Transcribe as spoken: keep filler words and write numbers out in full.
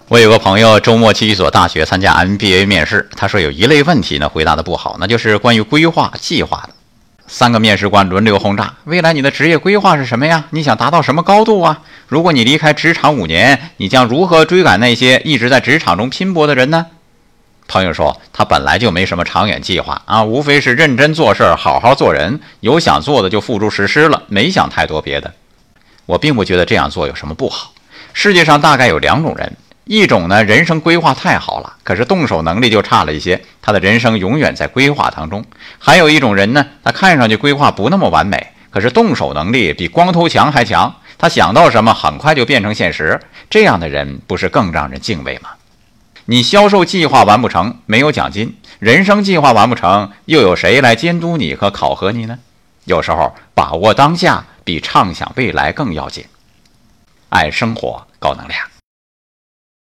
我有个朋友周末去一所大学参加 M B A 面试，他说有一类问题呢回答的不好，那就是关于规划计划的。三个面试官轮流轰炸，未来你的职业规划是什么呀？你想达到什么高度啊？如果你离开职场五年，你将如何追赶那些一直在职场中拼搏的人呢？朋友说他本来就没什么长远计划啊，无非是认真做事，好好做人，有想做的就付诸实施了，没想太多别的。我并不觉得这样做有什么不好。世界上大概有两种人，一种呢，人生规划太好了，可是动手能力就差了一些，他的人生永远在规划当中。还有一种人呢，他看上去规划不那么完美，可是动手能力比光头强还强，他想到什么很快就变成现实。这样的人不是更让人敬畏吗？你销售计划完不成，没有奖金；人生计划完不成，又有谁来监督你和考核你呢？有时候把握当下比畅想未来更要紧。爱生活，高能量。